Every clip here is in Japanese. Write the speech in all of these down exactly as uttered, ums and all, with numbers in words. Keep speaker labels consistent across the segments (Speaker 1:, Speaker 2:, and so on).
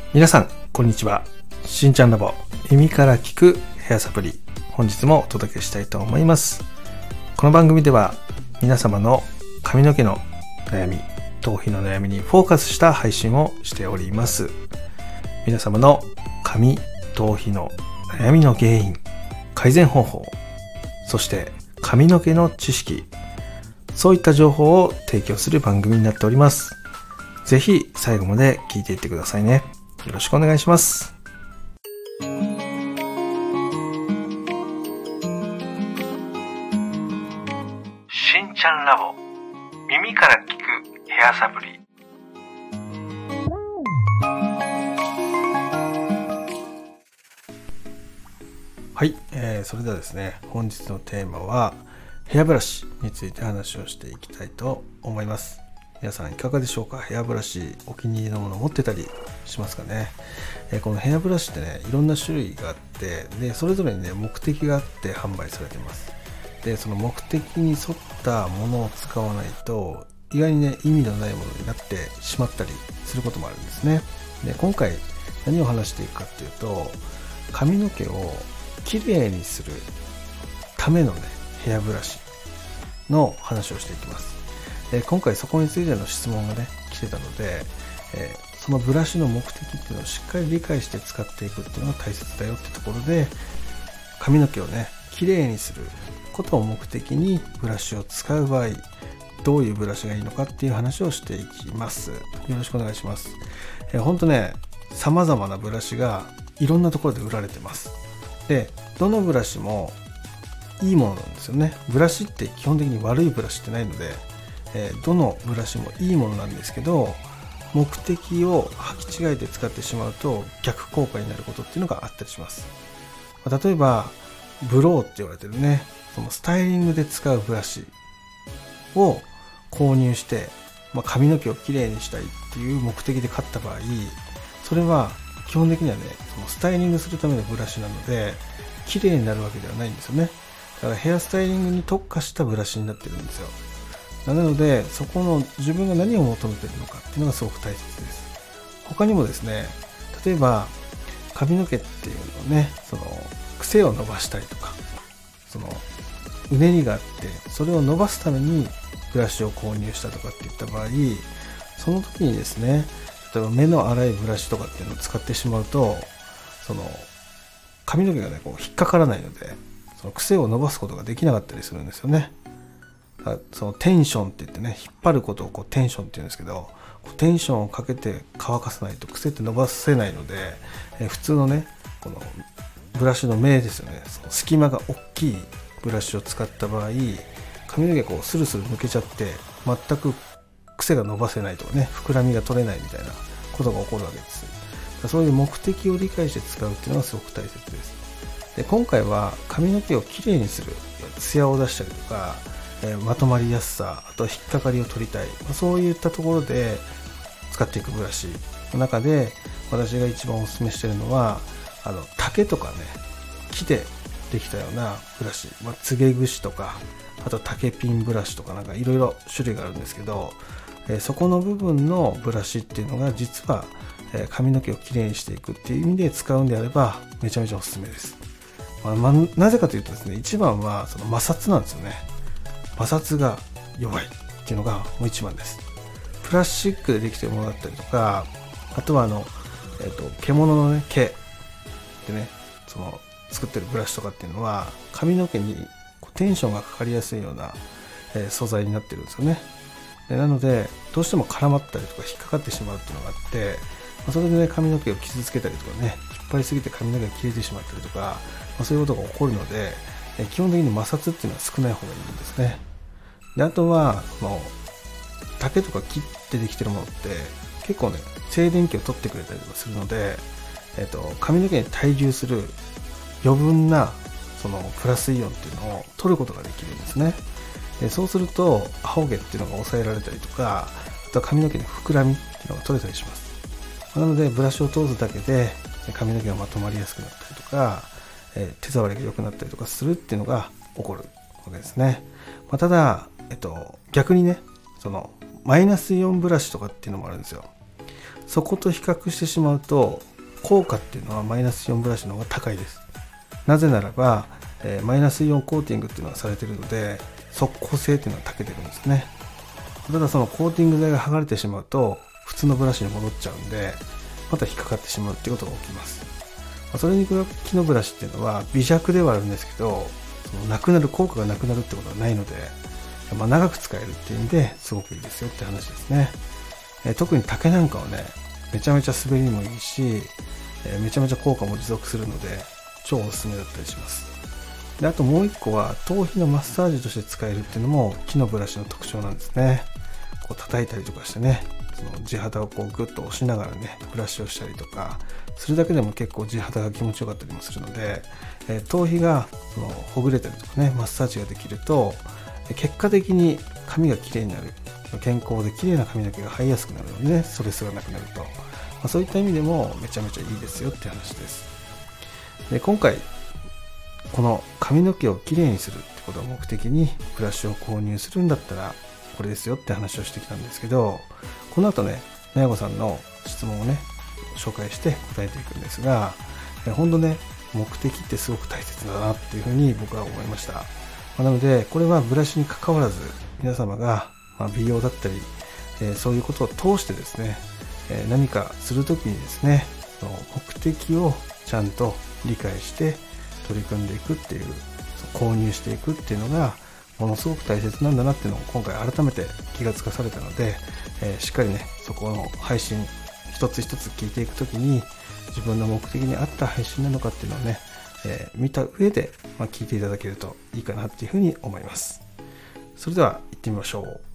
Speaker 1: 皆さんこんにちは。しんちゃんラボ耳から聞くヘアサプリ、本日もお届けしたいと思います。この番組では皆様の髪の毛の悩み、頭皮の悩みにフォーカスした配信をしております。皆様の髪、頭皮の悩みの原因、改善方法、そして髪の毛の知識、そういった情報を提供する番組になっております。ぜひ最後まで聞いていってくださいね。よろしくお願いします。しんちゃんラボ耳から聞くヘアサプリ。はい、えー、それではですね、本日のテーマはヘアブラシについて話をしていきたいと思います。皆さんいかがでしょうか。ヘアブラシお気に入りのものを持ってたりしますかね。えー、このヘアブラシってね、いろんな種類があって、でそれぞれにね目的があって販売されてます。でその目的に沿ったものを使わないと意外にね意味のないものになってしまったりすることもあるんですね。で今回何を話していくかっていうと、髪の毛をきれいにするためのねヘアブラシの話をしていきます。えー、今回そこについての質問がね来てたので、えー、そのブラシの目的っていうのをしっかり理解して使っていくっていうのが大切だよってところで、髪の毛をねきれいにすることを目的にブラシを使う場合、どういうブラシがいいのかっていう話をしていきます。よろしくお願いします。えー、ほんとね様々なブラシがいろんなところで売られてます。でどのブラシもいいものなんですよね。ブラシって基本的に悪いブラシってないので、えー、どのブラシもいいものなんですけど、目的を履き違えて使ってしまうと逆効果になることっていうのがあったりします。まあ、例えばブローって言われてるね、そのスタイリングで使うブラシを購入して、まあ、髪の毛をきれいにしたいっていう目的で買った場合、それは基本的にはねそのスタイリングするためのブラシなのできれいになるわけではないんですよね。だからヘアスタイリングに特化したブラシになってるんですよ。なのでそこの自分が何を求めているのかっていうのがすごく大切です。他にもですね、例えば髪の毛っていうのをね、その癖を伸ばしたりとか、そのうねりがあってそれを伸ばすためにブラシを購入したとかっていった場合、その時にですね、例えば目の粗いブラシとかっていうのを使ってしまうと、その髪の毛がねこう引っかからないので、その癖を伸ばすことができなかったりするんですよね。そのテンションって言ってね、引っ張ることをこうテンションって言うんですけど、テンションをかけて乾かさないと癖って伸ばせないので、え普通のねこのブラシの目ですよね、その隙間が大きいブラシを使った場合、髪の毛こうスルスル抜けちゃって全く癖が伸ばせないとかね、膨らみが取れないみたいなことが起こるわけです。そういう目的を理解して使うっていうのがすごく大切です。で今回は髪の毛をきれいにする、ツヤを出したりとか、えー、まとまりやすさ、あとは引っかかりを取りたい、まあ、そういったところで使っていくブラシの中で、私が一番おすすめしているのはあの竹とかね木でできたようなブラシ、まあ、つげ串とか、あと竹ピンブラシとか、なんかいろいろ種類があるんですけど、えー、そこの部分のブラシっていうのが実は、えー、髪の毛をきれいにしていくっていう意味で使うんであればめちゃめちゃおすすめです。まあまあ、なぜかというとですね、一番はその摩擦なんですよね。摩擦が弱いっていうのがもう一番です。プラスチックでできているものだったりとか、あとはあの、えー、と獣のね毛でねその作ってるブラシとかっていうのは髪の毛にテンションがかかりやすいような、えー、素材になってるんですよね。でなのでどうしても絡まったりとか引っかかってしまうっていうのがあって、まあ、それでね髪の毛を傷つけたりとかね、引っ張りすぎて髪の毛が切れてしまったりとか、まあ、そういうことが起こるので、えー、基本的に摩擦っていうのは少ない方がいいんですね。であとはもう竹とか木ってできてるものって結構ね静電気を取ってくれたりとかするので、えー、と髪の毛に滞留する余分なそのプラスイオンっていうのを取ることができるんですね。でそうすると青毛っていうのが抑えられたりとか、あとは髪の毛の膨らみっていうのが取れたりします。なのでブラシを通すだけで髪の毛がまとまりやすくなったりとか、えー、手触りが良くなったりとかするっていうのが起こるわけですね。まあ、ただ、えっと、逆にねそのマイナスイオンブラシとかっていうのもあるんですよ。 そこと比較してしまうと効果っていうのはマイナスイオンブラシの方が高いです。なぜならば、えー、マイナスイオンコーティングっていうのがされているので速効性っていうのは長けてるんですね。ただそのコーティング剤が剥がれてしまうと普通のブラシに戻っちゃうんでまた引っかかってしまうっていうことが起きます。それに比べ木のブラシっていうのは微弱ではあるんですけど、そのなくなる効果がなくなるってことはないので、まあ、長く使えるっていう意味ですごくいいですよって話ですね。えー、特に竹なんかはねめちゃめちゃ滑りにもいいし、えー、めちゃめちゃ効果も持続するので超おすすめだったりします。であともう一個は頭皮のマッサージとして使えるっていうのも木のブラシの特徴なんですね。こう叩いたりとかしてね、その地肌をこうグッと押しながらねブラシをしたりとかするだけでも結構地肌が気持ちよかったりもするので、えー、頭皮がそのほぐれたりとかねマッサージができると結果的に髪がきれいになる、健康できれいな髪の毛が生えやすくなるのでね、ストレスがなくなると、まあ、そういった意味でもめちゃめちゃいいですよって話です。で今回この髪の毛をきれいにするってことを目的にブラシを購入するんだったらこれですよって話をしてきたんですけど、この後ねなやこさんの質問をね紹介して答えていくんですが、本当ね目的ってすごく大切だなっていうふうに僕は思いました。なのでこれはブラシに関わらず皆様が美容だったりそういうことを通してですね何かするときにですね目的をちゃんと理解して取り組んでいくっていう、購入していくっていうのがものすごく大切なんだなっていうのを今回改めて気がつかされたので、えー、しっかりねそこの配信一つ一つ聞いていくときに自分の目的に合った配信なのかっていうのをね、えー、見た上で、まあ、聞いていただけるといいかなっていうふうに思います。それでは行ってみましょう。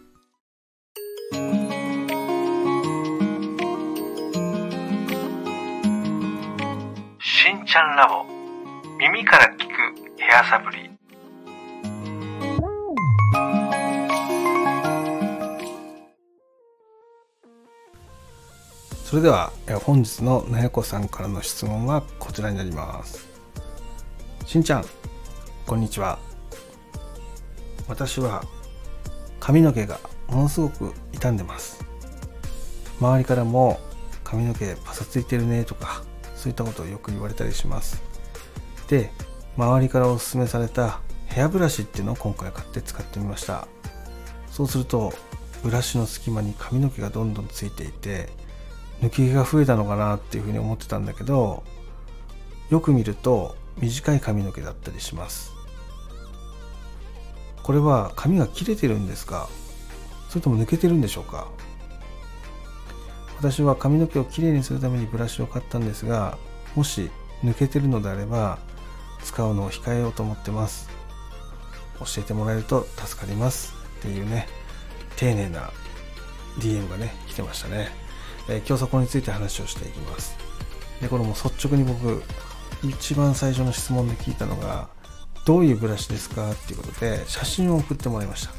Speaker 2: しんちゃんラボ、耳から聞くヘアサプリ。
Speaker 1: それでは本日のなやこさんからの質問はこちらになります。しんちゃんこんにちは。私は髪の毛がものすごく傷んでます。周りからも髪の毛パサついてるねとかそういったことをよく言われたりします。で周りからおすすめされたヘアブラシっていうのを今回買って使ってみました。そうするとブラシの隙間に髪の毛がどんどんついていて抜き毛が増えたのかなっていうふうに思ってたんだけど、よく見ると短い髪の毛だったりします。これは髪が切れてるんですか、それとも抜けてるんでしょうか。私は髪の毛をきれいにするためにブラシを買ったんですが、もし抜けてるのであれば使うのを控えようと思ってます。教えてもらえると助かりますっていうね丁寧な ディーエム がね来てましたね。えー、今日そこについて話をしていきます。でこれも率直に僕一番最初の質問で聞いたのがどういうブラシですかっていうことで写真を送ってもらいました。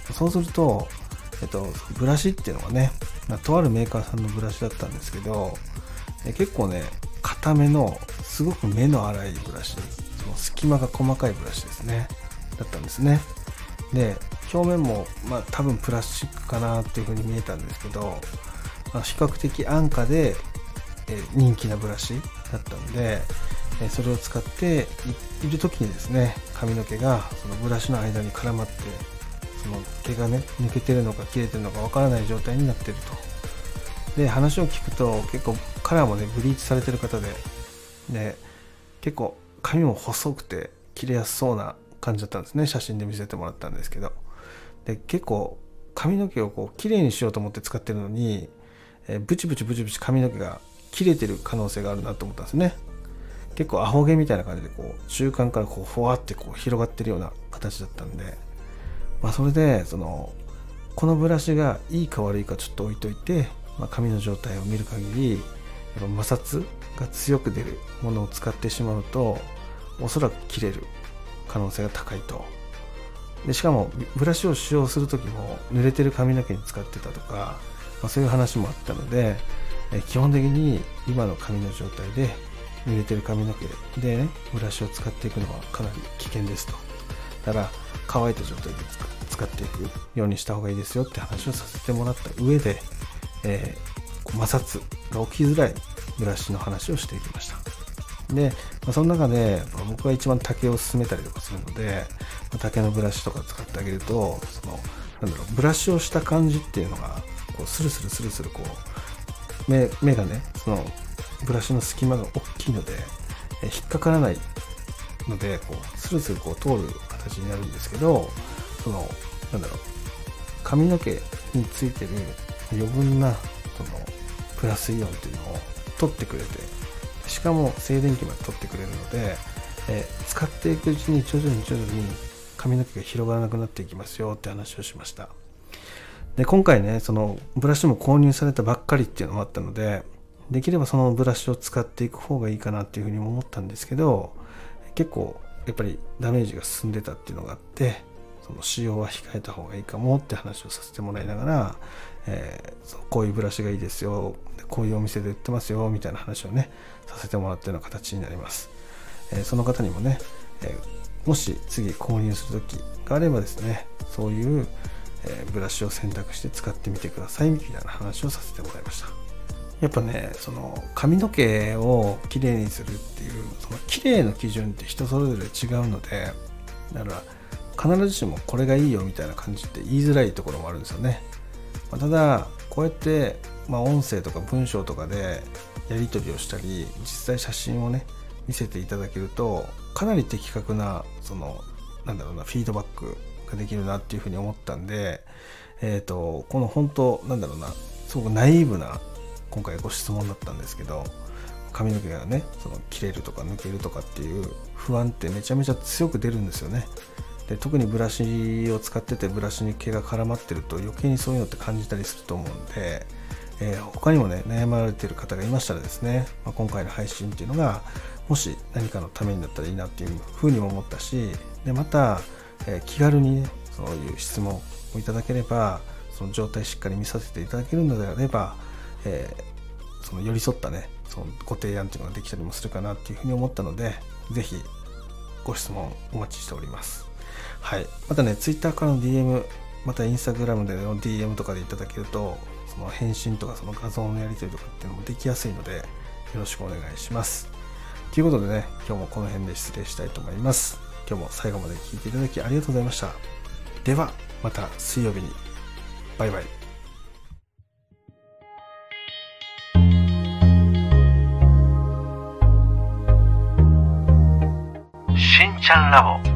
Speaker 1: そうすると、えっと、ブラシっていうのがねとあるメーカーさんのブラシだったんですけど、え結構ね硬めのすごく目の粗いブラシ、その隙間が細かいブラシですねだったんですね。で表面もまあ多分プラスチックかなっていう風に見えたんですけど、まあ、比較的安価でえ人気なブラシだったので、えそれを使っている時にですね髪の毛がそのブラシの間に絡まってその毛がね抜けてるのか切れてるのかわからない状態になっていると。で話を聞くと結構カラーもねブリーチされてる方で、で結構髪も細くて切れやすそうな感じだったんですね。写真で見せてもらったんですけど、で結構髪の毛をこう綺麗にしようと思って使ってるのに、えー、ブチブチブチブチ髪の毛が切れてる可能性があるなと思ったんですね。結構アホ毛みたいな感じでこう中間からこうふわってこう広がってるような形だったんで、まあ、それでそのこのブラシがいいか悪いかちょっと置いといて、まあ、髪の状態を見る限りやっぱ摩擦が強く出るものを使ってしまうとおそらく切れる可能性が高いと。でしかもブラシを使用する時も濡れてる髪の毛に使ってたとか、まあ、そういう話もあったので、え基本的に今の髪の状態で濡れてる髪の毛で、ね、ブラシを使っていくのはかなり危険ですと。だから乾いた状態で使っていくようにした方がいいですよって話をさせてもらった上で、えこう摩擦が起きづらいブラシの話をしていきました。で、まあ、その中で僕が一番竹を勧めたりとかするので、まあ、竹のブラシとか使ってあげると、そのなんだろう、ブラシをした感じっていうのがこうスルスルスルスルこう 目, 目がね、そのブラシの隙間が大きいので、え引っかからないので、こうスルスルこう通る形になるんですけど、そのなんだろう、髪の毛についてる余分なそのプラスイオンっていうのを取ってくれて、しかも静電気まで取ってくれるので、えー、使っていくうちに徐々に徐々に髪の毛が広がらなくなっていきますよって話をしました。で、今回ね、そのブラシも購入されたばっかりっていうのもあったので、できればそのブラシを使っていく方がいいかなっていうふうにも思ったんですけど、結構やっぱりダメージが進んでたっていうのがあって、その使用は控えた方がいいかもって話をさせてもらいながら、えー、そうこういうブラシがいいですよ、こういうお店で売ってますよみたいな話をねさせてもらったような形になります。えー、その方にもね、えー、もし次購入する時があればですね、そういう、えー、ブラシを選択して使ってみてくださいみたいな話をさせてもらいました。やっぱね、その髪の毛をきれいにするっていう、そのきれいの基準って人それぞれ違うので、だから必ずしもこれがいいよみたいな感じって言いづらいところもあるんですよね。まあ、ただこうやって、まあ、音声とか文章とかでやり取りをしたり、実際写真をね見せていただけると、かなり的確なそのなんだろうなフィードバックができるなっていうふうに思ったんで、えーとこの本当なんだろうな、すごくナイーブな今回ご質問だったんですけど、髪の毛がねその切れるとか抜けるとかっていう不安ってめちゃめちゃ強く出るんですよね。で、特にブラシを使っててブラシに毛が絡まってると余計にそういうのって感じたりすると思うんで、えー、他にもね悩まれている方がいましたらですね、まあ、今回の配信っていうのがもし何かのためになったらいいなっていうふうにも思ったし、でまた、えー、気軽にねそういう質問をいただければ、その状態しっかり見させていただけるのであれば、えー、その寄り添ったねそのご提案っていうのができたりもするかなっていうふうに思ったので、ぜひご質問お待ちしております。はい、またね、Twitter からの ディーエム、また Instagram での ディーエム とかでいただけると、その返信とかその画像のやり取りとかっていうのもできやすいので、よろしくお願いします。ということでね、今日もこの辺で失礼したいと思います。今日も最後まで聞いていただきありがとうございました。では、また水曜日に。バイバイ。
Speaker 2: しんちゃんラボ